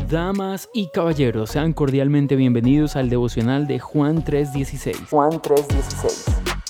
Damas y caballeros, sean cordialmente bienvenidos al devocional de Juan 3:16. Juan 3:16.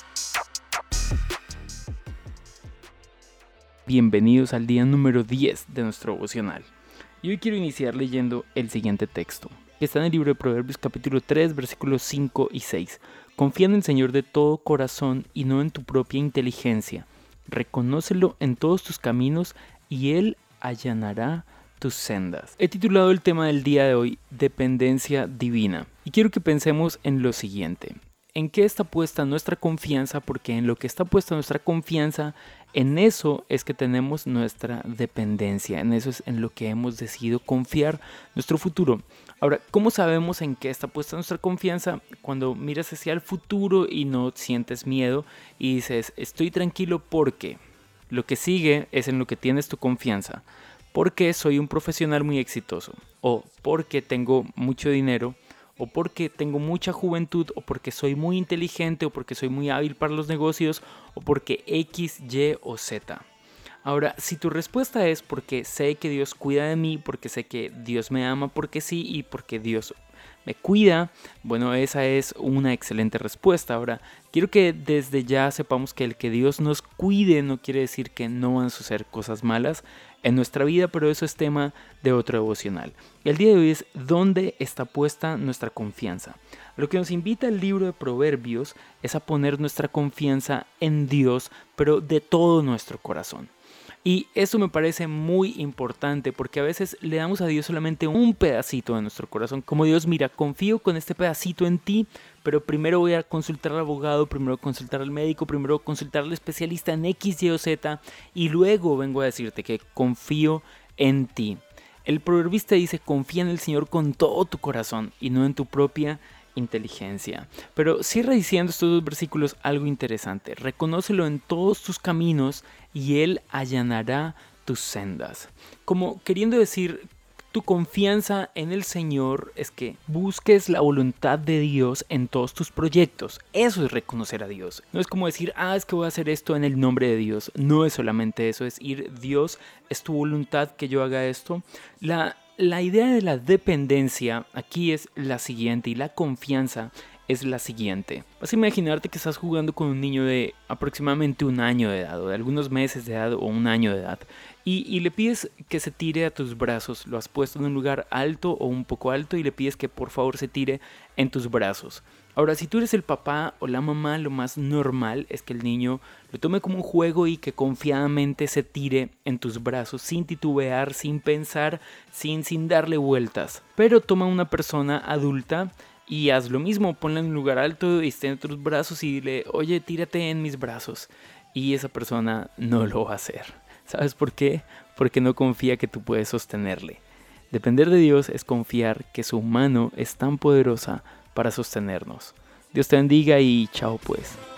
Bienvenidos al día número 10 de nuestro devocional. Y hoy quiero iniciar leyendo el siguiente texto, que está en el libro de Proverbios capítulo 3, versículos 5 y 6. Confía en el Señor de todo corazón y no en tu propia inteligencia. Reconócelo en todos tus caminos y Él allanará tus sendas. He titulado el tema del día de hoy Dependencia Divina. Y quiero que pensemos en lo siguiente. ¿En qué está puesta nuestra confianza? Porque en lo que está puesta nuestra confianza, en eso es que tenemos nuestra dependencia. En eso es en lo que hemos decidido confiar nuestro futuro. Ahora, ¿cómo sabemos en qué está puesta nuestra confianza? Cuando miras hacia el futuro y no sientes miedo y dices, estoy tranquilo porque lo que sigue es en lo que tienes tu confianza. Porque soy un profesional muy exitoso, o porque tengo mucho dinero, o porque tengo mucha juventud, o porque soy muy inteligente, o porque soy muy hábil para los negocios, o porque X, Y o Z. Ahora, si tu respuesta es porque sé que Dios cuida de mí, porque sé que Dios me ama, porque sí, y porque Dios me cuida, bueno, esa es una excelente respuesta. Ahora, quiero que desde ya sepamos que el que Dios nos cuide no quiere decir que no van a suceder cosas malas en nuestra vida, pero eso es tema de otro devocional. El día de hoy es ¿dónde está puesta nuestra confianza? Lo que nos invita el libro de Proverbios es a poner nuestra confianza en Dios, pero de todo nuestro corazón. Y eso me parece muy importante porque a veces le damos a Dios solamente un pedacito de nuestro corazón. Como Dios, mira, confío con este pedacito en ti, pero primero voy a consultar al abogado, primero consultar al médico, primero consultar al especialista en X, Y o Z y luego vengo a decirte que confío en ti. El proverbista dice, confía en el Señor con todo tu corazón y no en tu propia inteligencia. Pero cierra diciendo estos dos versículos algo interesante. Reconócelo en todos tus caminos y Él allanará tus sendas. Como queriendo decir, tu confianza en el Señor es que busques la voluntad de Dios en todos tus proyectos. Eso es reconocer a Dios. No es como decir, es que voy a hacer esto en el nombre de Dios. No es solamente eso, es ir, Dios, es tu voluntad que yo haga esto. La idea de la dependencia aquí es la siguiente y la confianza es la siguiente. Vas a imaginarte que estás jugando con un niño de aproximadamente un año de edad o de algunos meses de edad o un año de edad y le pides que se tire a tus brazos. Lo has puesto en un lugar alto o un poco alto y le pides que por favor se tire en tus brazos. Ahora, si tú eres el papá o la mamá, lo más normal es que el niño lo tome como un juego y que confiadamente se tire en tus brazos sin titubear, sin pensar, sin darle vueltas. Pero toma una persona adulta y haz lo mismo, ponla en un lugar alto y esté en tus brazos y dile, oye, tírate en mis brazos. Y esa persona no lo va a hacer. ¿Sabes por qué? Porque no confía que tú puedes sostenerle. Depender de Dios es confiar que su mano es tan poderosa para sostenernos. Dios te bendiga y chao pues.